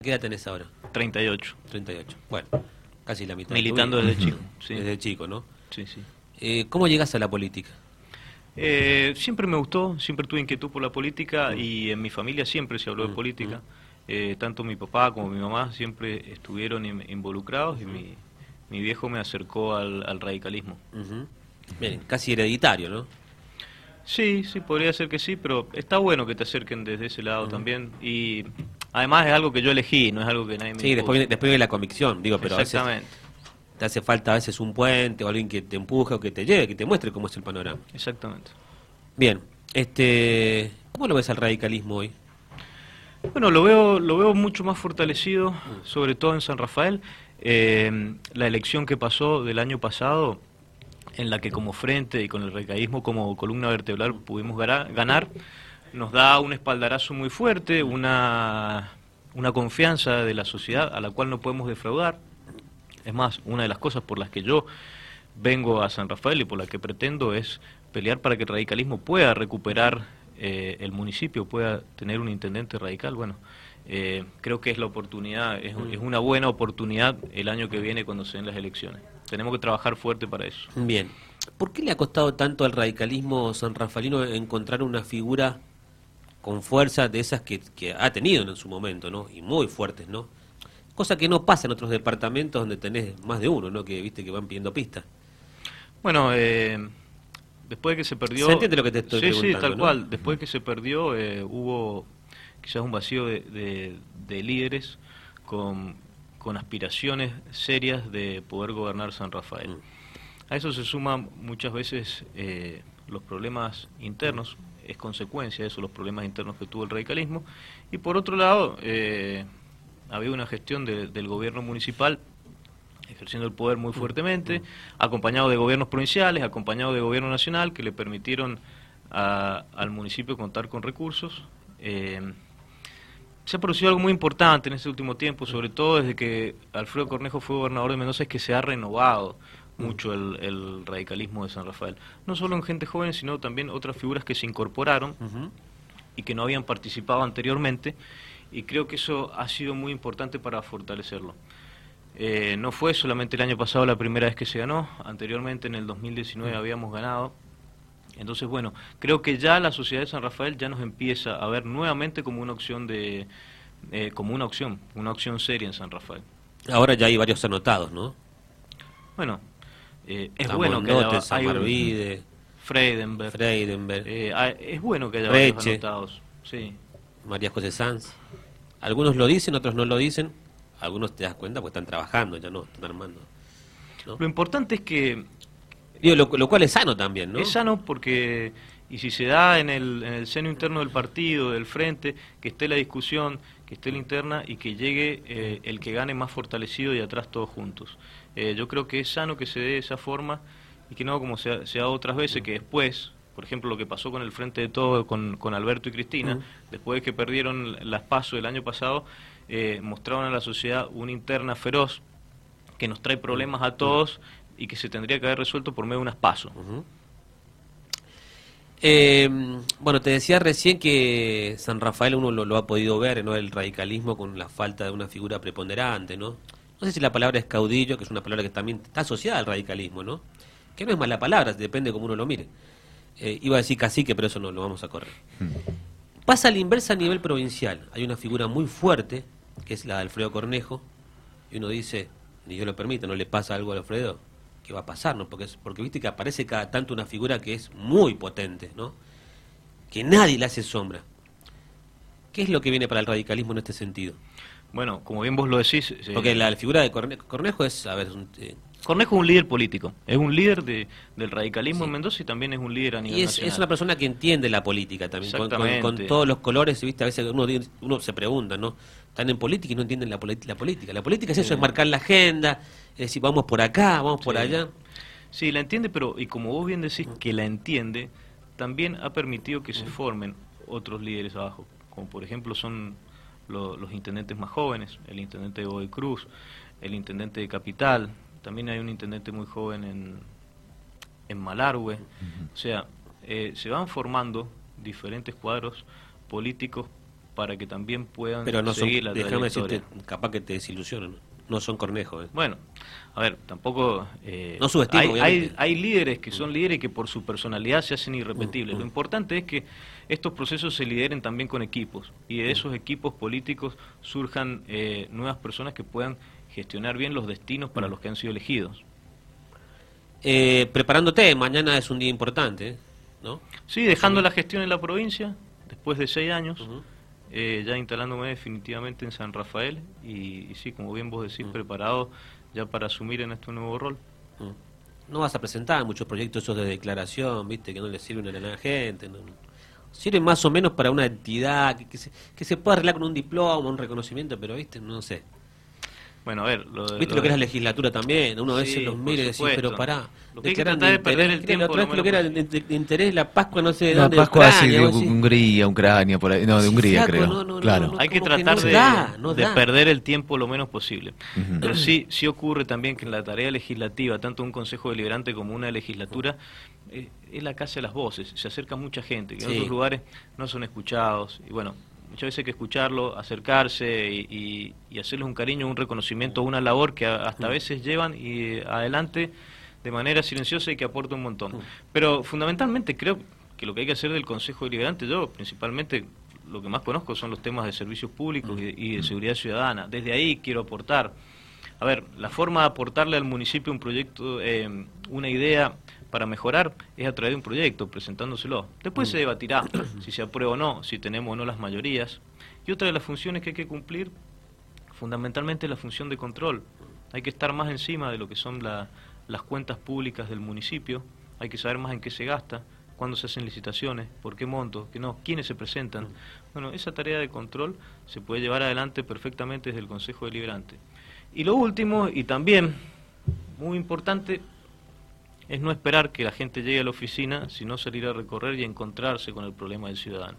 ¿Qué edad tenés ahora? 38. 38. Bueno, casi la mitad. Militando desde chico. Sí. Desde chico, ¿no? Sí, sí. ¿Cómo llegas a la política? Siempre me gustó, siempre tuve inquietud por la política y en mi familia siempre se habló de política. Tanto mi papá como mi mamá siempre estuvieron involucrados y mi viejo me acercó al radicalismo. Bien, casi hereditario, ¿no? Sí, sí, podría ser que sí, pero está bueno que te acerquen desde ese lado también. Y además es algo que yo elegí, no es algo que nadie me Sí, después viene la convicción, digo, pero a veces Exactamente, te hace falta a veces un puente o alguien que te empuje o que te lleve, que te muestre cómo es el panorama. exactamente. Bien, ¿cómo lo ves al radicalismo hoy? Bueno, lo veo mucho más fortalecido, sobre todo en San Rafael. La elección que pasó del año pasado, en la que como frente y con el radicalismo como columna vertebral pudimos ganar, nos da un espaldarazo muy fuerte, una confianza de la sociedad a la cual no podemos defraudar. Es más, una de las cosas por las que yo vengo a San Rafael y por la que pretendo es pelear para que el radicalismo pueda recuperar el municipio, pueda tener un intendente radical. Bueno, creo que es la oportunidad, es una buena oportunidad el año que viene cuando se den las elecciones. Tenemos que trabajar fuerte para eso. Bien, ¿por qué le ha costado tanto al radicalismo sanrafalino encontrar una figura con fuerza de esas que ha tenido en su momento, ¿no? Y muy fuertes, ¿no? Cosa que no pasa en otros departamentos donde tenés más de uno, ¿no? Que viste que van pidiendo pistas. Bueno, después de que se perdió... ¿Se entiende lo que te estoy preguntando? Sí, tal ¿no? cual. Después de que se perdió, hubo quizás un vacío de líderes con aspiraciones serias de poder gobernar San Rafael. A eso se suman muchas veces los problemas internos, es consecuencia de eso, los problemas internos que tuvo el radicalismo. Y por otro lado, había una gestión del gobierno municipal ejerciendo el poder muy fuertemente, acompañado de gobiernos provinciales, acompañado de gobierno nacional, que le permitieron al municipio contar con recursos. Se ha producido algo muy importante en este último tiempo, sobre todo desde que Alfredo Cornejo fue gobernador de Mendoza, es que se ha renovado mucho el radicalismo de San Rafael. No solo en gente joven, sino también otras figuras que se incorporaron y que no habían participado anteriormente, y creo que eso ha sido muy importante para fortalecerlo. No fue solamente el año pasado la primera vez que se ganó, anteriormente en el 2019 habíamos ganado. Entonces, bueno, creo que ya la sociedad de San Rafael ya nos empieza a ver nuevamente como una opción una opción seria en San Rafael. Ahora ya hay varios anotados, ¿no? Bueno, es San bueno que Mondote, haya San Marvide, Freidenberg. Es bueno que haya varios Reche, anotados. Sí. María José Sanz. Algunos lo dicen, otros no lo dicen. Algunos te das cuenta porque están trabajando, ya no, están armando, ¿no? Lo importante es que Digo, lo cual es sano también, ¿no? es sano porque, y si se da en el seno interno del partido, del frente, que esté la discusión, que esté la interna y que llegue el que gane más fortalecido y atrás todos juntos. Yo creo que es sano que se dé de esa forma y que no como se ha dado otras veces, que después, por ejemplo, lo que pasó con el Frente de Todos, con Alberto y Cristina, después de que perdieron las PASO el año pasado, mostraron a la sociedad una interna feroz que nos trae problemas a todos y que se tendría que haber resuelto por medio de unas PASO. Bueno, te decía recién que San Rafael uno lo ha podido ver, ¿no? El radicalismo con la falta de una figura preponderante, ¿no? No sé si la palabra es caudillo, que es una palabra que también está asociada al radicalismo, ¿no? Que no es mala palabra, depende de cómo uno lo mire. Iba a decir cacique, pero eso no lo vamos a correr. Pasa a la inversa a nivel provincial. Hay una figura muy fuerte, que es la de Alfredo Cornejo, y uno dice, ni Dios lo permite, no le pasa algo a Alfredo, ¿qué va a pasar? ¿No? Porque viste que aparece cada tanto una figura que es muy potente, ¿no? Que nadie le hace sombra. ¿Qué es lo que viene para el radicalismo en este sentido? Bueno, como bien vos lo decís... Porque la figura de Cornejo es, a ver... Cornejo es un líder político, es un líder del radicalismo en Mendoza y también es un líder a nivel nacional. Es una persona que entiende la política también, con todos los colores, ¿viste? A veces uno se pregunta, ¿no? Están en política y no entienden la política. La política es eso, es marcar la agenda, es decir, vamos por acá, vamos por allá. Sí, la entiende, pero, y como vos bien decís que la entiende, también ha permitido que se formen otros líderes abajo, como por ejemplo son los intendentes más jóvenes, el intendente de Godoy Cruz, el intendente de Capital, también hay un intendente muy joven en Malargüe. O sea, se van formando diferentes cuadros políticos para que también puedan Pero no son, seguir la déjame trayectoria. decirte, capaz que te desilusionan, no son Cornejo. Bueno, a ver, tampoco... No subestimo, obviamente. hay líderes que son líderes que por su personalidad se hacen irrepetibles. Lo importante es que estos procesos se lideren también con equipos, y de esos equipos políticos surjan nuevas personas que puedan gestionar bien los destinos para los que han sido elegidos. Preparándote, mañana es un día importante, ¿no? Sí, dejando la gestión en la provincia, después de 6 años, ya instalándome definitivamente en San Rafael, y sí, como bien vos decís, preparado ya para asumir en este nuevo rol. No vas a presentar muchos proyectos esos de declaración, viste, que no le sirven a la gente, ¿no? Sirven más o menos para una entidad que se pueda arreglar con un diploma, un reconocimiento, pero viste, no sé. Bueno, a ver, viste lo que es la legislatura también, uno a veces los mira y decís, pero pará, lo que hay que tratar de perder el tiempo, la otra vez lo que era de interés, la Pascua, no sé de la dónde, Pascua Ucrania, de Ucrania, por ahí, no, de Hungría creo, claro. Hay que tratar de perder el tiempo lo menos posible. Pero sí ocurre también que en la tarea legislativa, tanto un consejo deliberante como una legislatura, es la casa de las voces, se acerca mucha gente, que en otros lugares no son escuchados, y bueno, muchas veces hay que escucharlo, acercarse y hacerles un cariño, un reconocimiento, una labor que hasta a veces llevan y adelante de manera silenciosa y que aporta un montón. Pero fundamentalmente creo que lo que hay que hacer del Consejo Deliberante, yo principalmente lo que más conozco son los temas de servicios públicos y de seguridad ciudadana. Desde ahí quiero aportar. A ver, la forma de aportarle al municipio un proyecto, una idea para mejorar, es a través de un proyecto, presentándoselo. Después se debatirá si se aprueba o no, si tenemos o no las mayorías. Y otra de las funciones que hay que cumplir, fundamentalmente, es la función de control. Hay que estar más encima de lo que son las cuentas públicas del municipio, hay que saber más en qué se gasta, cuándo se hacen licitaciones, por qué montos, qué no, quiénes se presentan. Bueno, esa tarea de control se puede llevar adelante perfectamente desde el Consejo Deliberante. Y lo último, y también muy importante, es no esperar que la gente llegue a la oficina, sino salir a recorrer y encontrarse con el problema del ciudadano.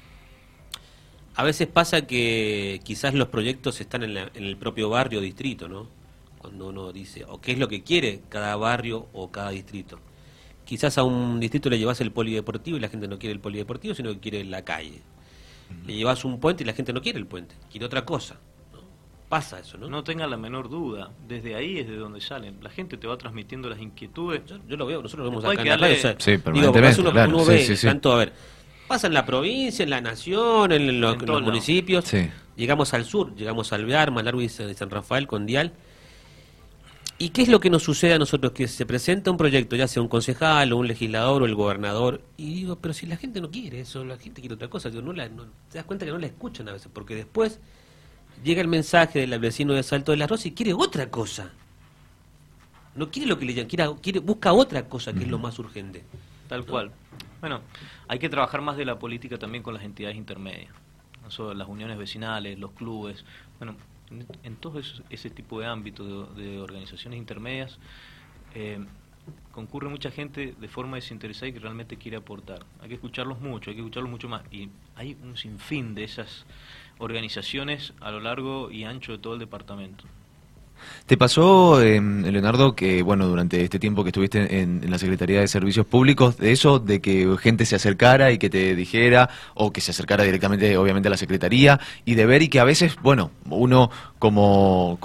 A veces pasa que quizás los proyectos están en el propio barrio o distrito, ¿no? Cuando uno dice, o qué es lo que quiere cada barrio o cada distrito. Quizás a un distrito le llevas el polideportivo y la gente no quiere el polideportivo, sino que quiere la calle. Le llevas un puente y la gente no quiere el puente, quiere otra cosa. Pasa eso, ¿no? No tengan la menor duda, desde ahí es de donde salen. La gente te va transmitiendo las inquietudes. Yo lo veo, nosotros lo vemos Después acá en la radio. Sí, permanentemente, uno ve tanto, a ver, pasa en la provincia, en la nación, en los municipios. Sí. Llegamos al sur, llegamos al Alvear, Malargüe de San Rafael, Condial. ¿Y qué es lo que nos sucede a nosotros? Que se presenta un proyecto, ya sea un concejal o un legislador o el gobernador, y digo, pero si la gente no quiere eso, la gente quiere otra cosa, digo, no te das cuenta que no la escuchan a veces, porque después llega el mensaje del vecino de Salto de la Rosa y quiere otra cosa. No quiere lo que le llaman, busca otra cosa que es lo más urgente. Tal cual. Bueno, hay que trabajar más de la política también con las entidades intermedias, no solo las uniones vecinales, los clubes. Bueno, en todo ese tipo de ámbitos de organizaciones intermedias concurre mucha gente de forma desinteresada y que realmente quiere aportar. Hay que escucharlos mucho más. Y hay un sinfín de esas organizaciones a lo largo y ancho de todo el departamento. ¿Te pasó, Leonardo, que bueno, durante este tiempo que estuviste en la Secretaría de Servicios Públicos, de eso, de que gente se acercara y que te dijera, o que se acercara directamente, obviamente, a la Secretaría, y de ver y que a veces, bueno, uno como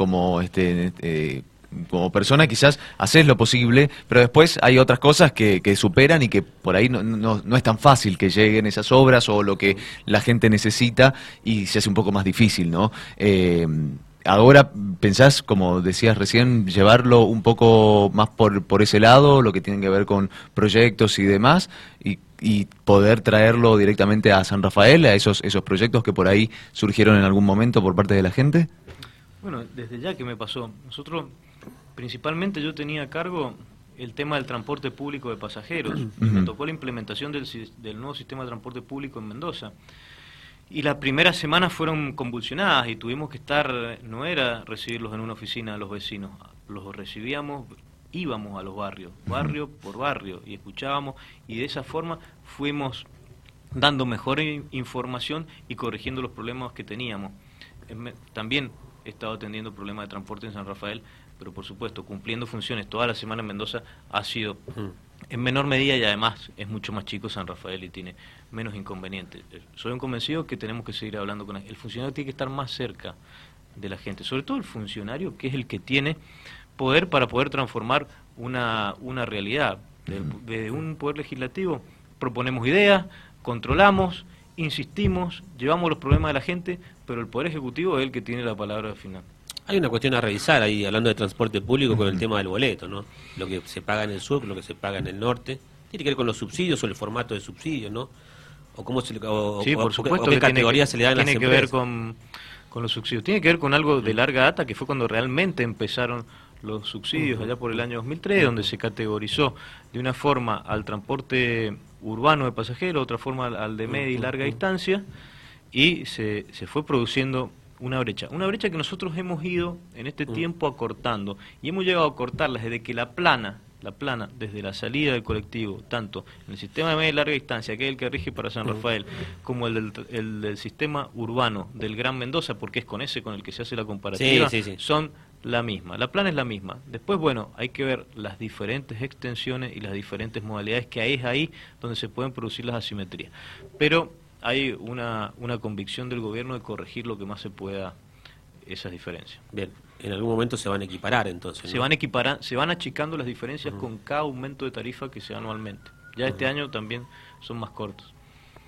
persona quizás haces lo posible, pero después hay otras cosas que superan y que por ahí no es tan fácil que lleguen esas obras o lo que la gente necesita y se hace un poco más difícil, ¿no? Ahora pensás, como decías recién, llevarlo un poco más por ese lado, lo que tiene que ver con proyectos y demás, y poder traerlo directamente a San Rafael, a esos proyectos que por ahí surgieron en algún momento por parte de la gente. Bueno, desde ya que me pasó. Nosotros, principalmente yo tenía a cargo el tema del transporte público de pasajeros. Me tocó la implementación del nuevo sistema de transporte público en Mendoza. Y las primeras semanas fueron convulsionadas y tuvimos que estar, no era recibirlos en una oficina a los vecinos, los recibíamos, íbamos a los barrios, barrio por barrio, y escuchábamos, y de esa forma fuimos dando mejor información y corrigiendo los problemas que teníamos. También he estado atendiendo problemas de transporte en San Rafael, pero por supuesto, cumpliendo funciones toda la semana en Mendoza ha sido en menor medida y además es mucho más chico San Rafael y tiene menos inconvenientes. Soy un convencido que tenemos que seguir hablando con él. El funcionario tiene que estar más cerca de la gente, sobre todo el funcionario que es el que tiene poder para poder transformar una realidad. Desde un poder legislativo proponemos ideas, controlamos, insistimos, llevamos los problemas de la gente, pero el poder ejecutivo es el que tiene la palabra final. Hay una cuestión a revisar ahí, hablando de transporte público, con el tema del boleto, ¿no? Lo que se paga en el sur, lo que se paga en el norte. Tiene que ver con los subsidios o el formato de subsidio, ¿no? O cómo se, sí, por supuesto, qué categorías se le dan a las empresas. Tiene que ver con los subsidios. Tiene que ver con algo de larga data, que fue cuando realmente empezaron los subsidios, allá por el año 2003, donde se categorizó de una forma al transporte urbano de pasajeros, otra forma al de media y larga distancia, y se fue produciendo una brecha que nosotros hemos ido en este tiempo acortando, y hemos llegado a acortarla desde que la plana, desde la salida del colectivo, tanto en el sistema de media y larga distancia, que es el que rige para San Rafael, como el del sistema urbano del Gran Mendoza, porque es con ese con el que se hace la comparativa, sí. son la misma, la plana es la misma. Después, bueno, hay que ver las diferentes extensiones y las diferentes modalidades, que es ahí donde se pueden producir las asimetrías. Pero hay una convicción del gobierno de corregir lo que más se pueda esas diferencias. Bien, en algún momento se van a equiparar entonces, ¿no? Se van achicando las diferencias con cada aumento de tarifa que se da anualmente. Ya este año también son más cortos.